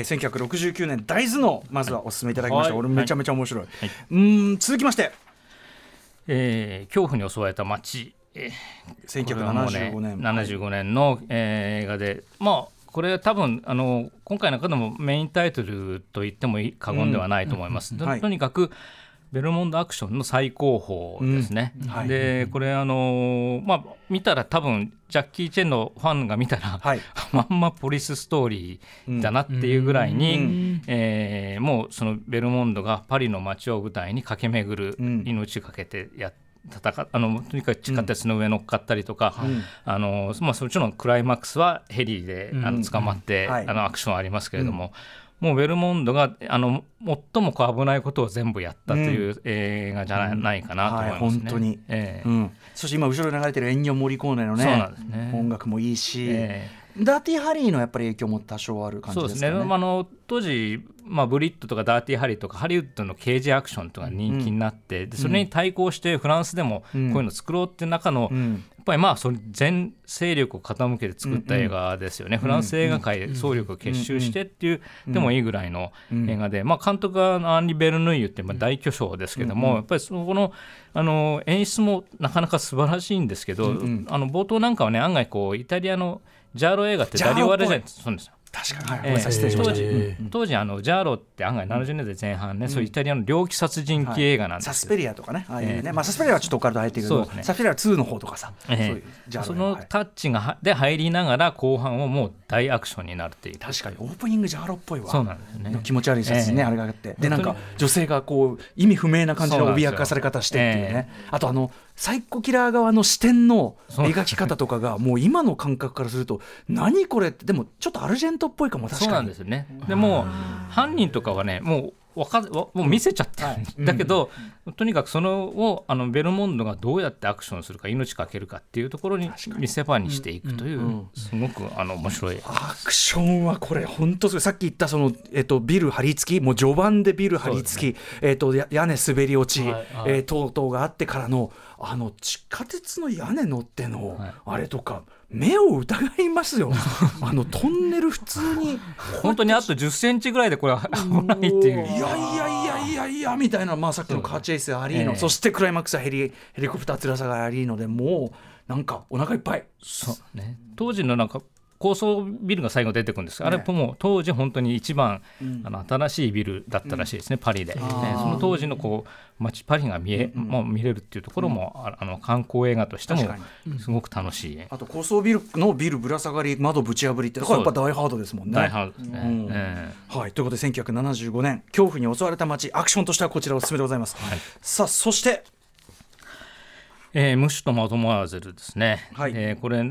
1969年大頭脳、まずはお勧めいただきました。俺めちゃめちゃ面白い。続きまして、 恐怖に襲われた街、 1975 年の映画で、まあこれ多分今回の中でもメインタイトルと言っても過言ではないと思います。とにかくベルモンドアクションの最高峰ですね。でこれ見たら多分ジャッキー・チェンのファンが見たら、まんまポリスストーリーだなっていうぐらいに、もうそのベルモンドがパリの街を舞台に駆け巡る、命かけてとにかく地下鉄の上乗っかったりとか、もちろんクライマックスはヘリで捕まって、アクションありますけれども、もうベルモンドが最も危ないことを全部やったという映画じゃないかなと思いますね。 本当に、そして今後ろに流れてるエンニョ・モリコーネのね、音楽もいいし、ダーティーハリーのやっぱり影響も多少ある感じですかね。 そうですね。当時、ブリッドとかダーティーハリーとかハリウッドの刑事アクションとか人気になって、でそれに対抗してフランスでもこういうのを作ろうっていう中の、やっぱりそれ全勢力を傾けて作った映画ですよね。フランス映画界総力を結集してっていう、でもいいぐらいの映画で、監督はアンリ・ベルヌイユって大巨匠ですけども、やっぱりその演出もなかなか素晴らしいんですけど、冒頭なんかはね、案外こうイタリアのジャーロ映画ってダリオ・アルジェンティ、そうですよ。 確かに、 当時ジャーロって案外70年代前半ね、そういうイタリアの猟奇殺人鬼映画なんですよ。 サスペリアとかね、サスペリアはちょっとオカルト入ってるけど、サスペリアは2の方とかさ、 そのタッチで入りながら後半はもう大アクションになるっていう。 確かにオープニングジャーロっぽいわ。 そうなんですね。 気持ち悪い殺人ね、あれがあって、でなんか女性がこう意味不明な感じの脅かされ方してっていうね、あとサイコキラー側の視点の描き方とかがもう今の感覚からすると何これって、でもちょっとアルジェントっぽいかも。確かにそうなんですよね。でも犯人とかはねもう見せちゃってる、だけどとにかくそのをベルモンドがどうやってアクションするか、命かけるかっていうところに見せ場にしていくという、すごく面白いアクションはこれ本当さっき言ったその、ビル張り付き、もう序盤でビル張り付き、屋根滑り落ち、等々があってからの地下鉄の屋根乗っての、あれとか目を疑いますよ。トンネル普通に本当にあと10センチぐらいでこれ危ないっていう、 いやみたいな、さっきのカーチェイスありーの、そしてクライマックスはヘリコプターつらさがありーので、もうなんかお腹いっぱい。 そうね、当時のなんか高層ビルが最後出てくるんです、あれもう当時本当に一番、新しいビルだったらしいですね、パリで、その当時のこう街パリが見れるっていうところも、観光映画としてもすごく楽しい、 あと高層ビルのビルぶら下がり窓ぶち破りってやっぱ大ハードですもんね。 大ハードですね、 はい、ということで1975年恐怖に襲われた街、アクションとしてはこちらおすすめでございます、さあそしてムシュとマドモアーゼルですね、 はい、 これ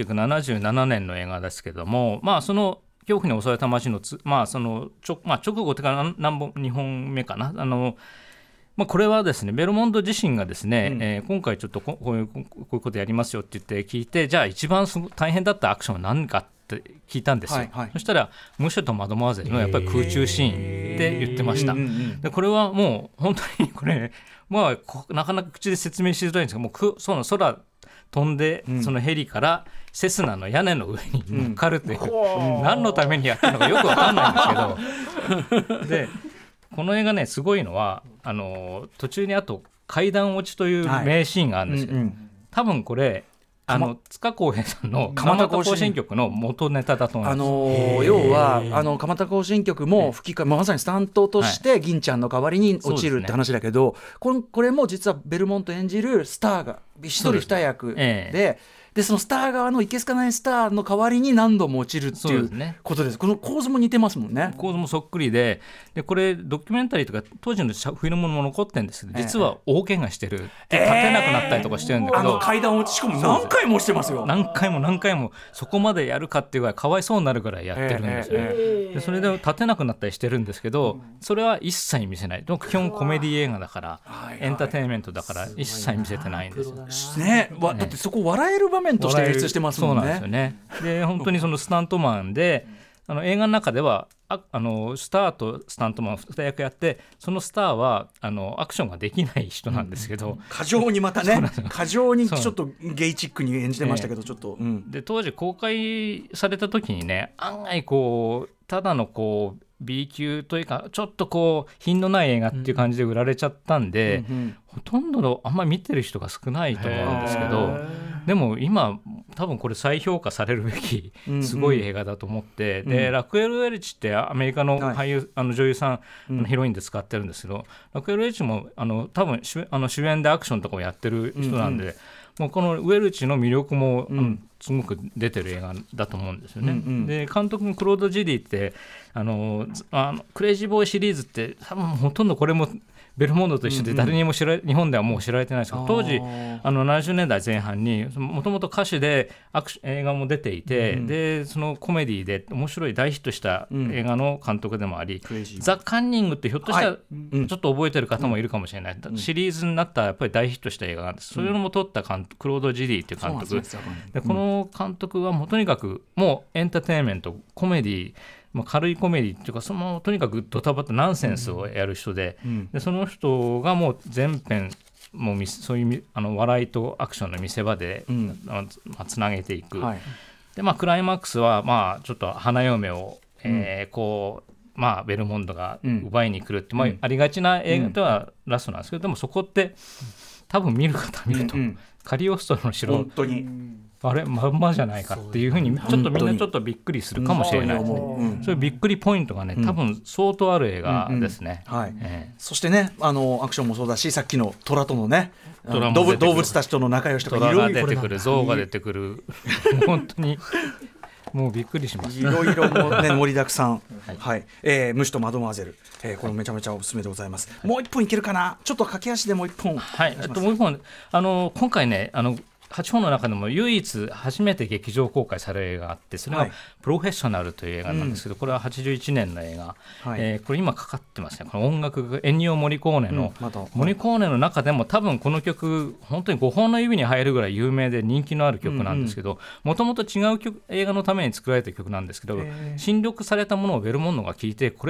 1977年の映画ですけども、その恐怖に襲われた街のその直後というか2本目かな、これはですねベルモンド自身がですね、今回ちょっとこういうことやりますよって言って聞いて、じゃあ一番大変だったアクションは何かって聞いたんですよ、そしたらムシュとマドモアーゼルのやっぱり空中シーンって言ってました、でこれはもう本当にこれなかなか口で説明しづらいんですが、もうその空飛んで、そのヘリからセスナの屋根の上に乗っかるという、何のためにやってるのかよく分かんないんですけどでこの映画ねすごいのは途中にあと階段落ちという名シーンがあるんですよ、多分これ塚公平さんの蒲田行進曲の元ネタだと思います。 要は蒲田行進曲も吹き替え、まさにスタントとして銀ちゃんの代わりに落ちるって話だけど、これも実はベルモント演じるスターが一人二役でそのスター側のいけすかないスターの代わりに何度も落ちるっていうことです。この構図も似てますもんね。 構図もそっくりでこれドキュメンタリーとか当時のフィルムも残ってるんですけど、実は大怪我してる、立てなくなったりとかしてるんだけど、 階段落ちしかも何回もしてますよ。 何回もそこまでやるかっていうぐらいかわいそうになるぐらいやってるんですよ、でそれで立てなくなったりしてるんですけど、それは一切見せない。基本コメディ映画だから、エンターテインメントだから一切見せてないんですよね。だってそこ笑える場面として演出してますもんね。 そうなんですよね。で本当にそのスタントマンで映画の中ではスターとスタントマン2役やって、そのスターはアクションができない人なんですけど、 過剰にまたね過剰にちょっとゲイチックに演じてましたけど、ちょっと、 で当時公開された時にね、案外こうただのこう B 級というかちょっとこう品のない映画っていう感じで売られちゃったんで、ほとんどのあんまり見てる人が少ないと思うんですけど、でも今多分これ再評価されるべきすごい映画だと思って、でラクエル・ウェルチってアメリカの俳優、女優さん、ヒロインで使ってるんですけど、ラクエル・ウェルチも多分主演でアクションとかもやってる人なんで、もうこのウェルチの魅力も、すごく出てる映画だと思うんですよね、で監督のクロード・ジディってクレイジーボーイシリーズって多分ほとんどこれもベルモンドと一緒で誰にも日本ではもう知られてないですけど、当時70年代前半にもともと歌手で映画も出ていて、でそのコメディで面白い大ヒットした映画の監督でもあり、ザ・カンニングってひょっとしたらちょっと覚えてる方もいるかもしれない、シリーズになったやっぱり大ヒットした映画なんです。それも撮ったクロード・ジディっていう監督で、この監督はもうとにかくもうエンターテインメントコメディ、軽いコメディっていうか、とにかくドタバタナンセンスをやる人で、でその人がもう全編もうそういう笑いとアクションの見せ場で、つなげていく、でクライマックスはちょっと花嫁を、こうベルモンドが奪いに来るって、ありがちな映画ではラストなんですけど、でもそこって多分見る方見ると、カリオストロの城本当にあれまんまじゃないかっていうふうにちょっとみんなちょっとびっくりするかもしれないですね。そういうびっくりポイントがね、多分相当ある映画ですね。 そしてねアクションもそうだし、さっきの虎とのね動物たちとの仲良しとか、 虎が出てくる、象が出てくる本当にもうびっくりします。 いろいろもね盛りだくさん。ムシとマドモアゼル、これめちゃめちゃおすすめでございます。もう一本いけるかな。ちょっと駆け足でもう一本。 もう一本今回ね8本の中でも唯一初めて劇場公開される映画があって、それがプロフェッショナルという映画なんですけど、これは81年の映画、これ今かかってますね。この音楽がエンニオ・モリコーネの、モリコーネの中でも多分この曲本当に5本の指に入るぐらい有名で人気のある曲なんですけど、もともと違う映画のために作られた曲なんですけど、新録されたものをベルモンドが聴いて、これ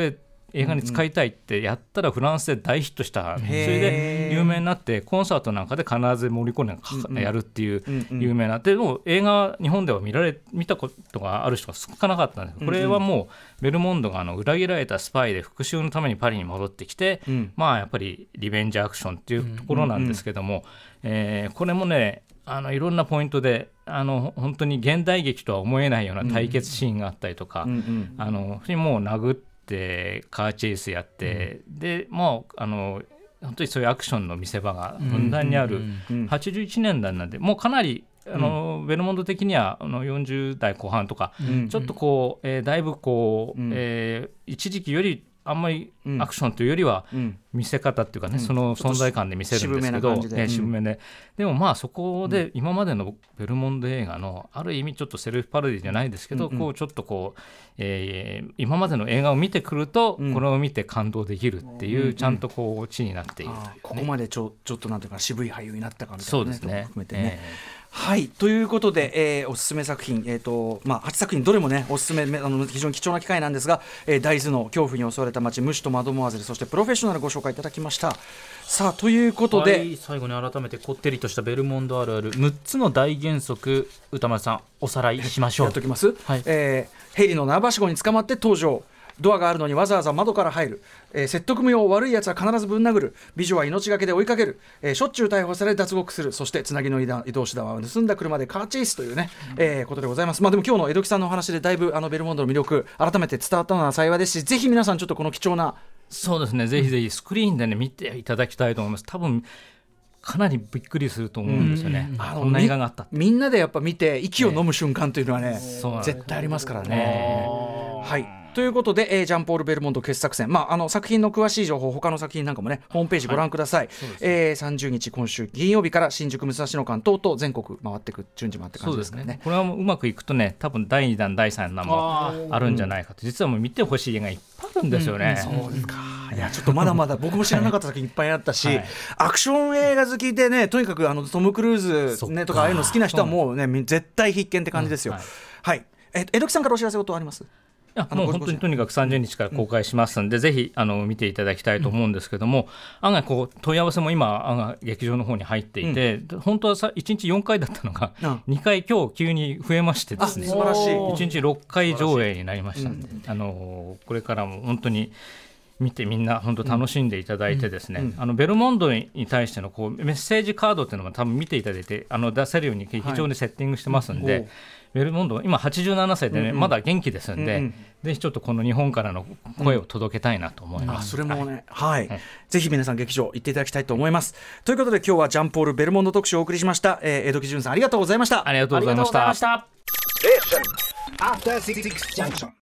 映画に使いたいってやったらフランスで大ヒットした、それで有名になってコンサートなんかで必ずモリコーネがやるっていう有名な、でも映画日本では見たことがある人が少なかったんです。これはもうベルモンドが裏切られたスパイで復讐のためにパリに戻ってきて、まあやっぱりリベンジアクションっていうところなんですけども、これもねいろんなポイントで本当に現代劇とは思えないような対決シーンがあったりとか、もう殴ってカーチェイスやって、でもう本当にそういうアクションの見せ場がふんだんにある、81年代なんでもうかなりベルモンド的には40代後半とか、ちょっとこう、だいぶこう、一時期よりあんまりアクションというよりは見せ方っていうかね、その存在感で見せるんですけど、渋めで、でもまあそこで今までのベルモンド映画のある意味ちょっとセルフパロディじゃないですけど、こうちょっとこう、今までの映画を見てくると、これを見て感動できるっていう、ちゃんとこうオチになっているという、 ここまでちょっとなんていうか渋い俳優になったかみたいな、 そうですね、 含めてね。はいということで、おすすめ作品、8作品どれもねおすすめ、非常に貴重な機会なんですが、大豆の恐怖に襲われた街、ムシとマドモアゼル、そしてプロフェッショナルご紹介いただきました。さあということで、 はい、最後に改めてこってりとしたベルモンドあるある6つの大原則、歌丸さんおさらいしましょう。 やっときます、 はい、 ヘリの縄ばしごに捕まって登場、ドアがあるのにわざわざ窓から入る、説得無用、悪いやつは必ずぶん殴る、美女は命がけで追いかける、しょっちゅう逮捕され脱獄する、そしてつなぎの移動手段は盗んだ車でカーチェイスというね、ことでございます。まあでも今日の江戸木さんのお話でだいぶベルモンドの魅力改めて伝わったのは幸いですし、ぜひ皆さんちょっとこの貴重な、 そうですね、ぜひぜひスクリーンでね見ていただきたいと思います。多分かなりびっくりすると思うんですよね、こんな映画があった。 みんなでやっぱ見て息を飲む瞬間というのはね、絶対ありますからね。はいということで、ジャンポール・ベルモンド傑作選、作品の詳しい情報、他の作品なんかもねホームページご覧ください。30日今週金曜日から新宿武蔵野間等々全国回ってく順次回って感じですからね。 これはうまくいくとね、多分第2弾第3弾もあるんじゃないかと、実はもう見てほしい映画いっぱいあるんですよね。 そうですか。いやちょっとまだまだ僕も知らなかった作品いっぱいあったし、アクション映画好きでね、とにかくトム・クルーズ、ね、とかああいうの好きな人はもうね絶対必見って感じですよ。はい江戸木さんからお知らせ事あります？ もう本当にとにかく30日から公開しますので、ぜひ見ていただきたいと思うんですけども、案外こう問い合わせも今劇場の方に入っていて、本当は1日4回だったのが2回今日急に増えましてですね、 素晴らしい。 1日6回上映になりましたので、これからも本当に見てみんな本当楽しんでいただいてですね、ベルモンドに対してのこうメッセージカードっていうのも多分見ていただいて出せるように非常にセッティングしてますんで、ベルモンド今87歳でね、まだ元気ですんで、ぜひちょっとこの日本からの声を届けたいなと思います。 それもね、ぜひ皆さん劇場行っていただきたいと思います。ということで今日はジャンポール・ベルモンド特集をお送りしました。江戸木潤さんありがとうございました。 ありがとうございました。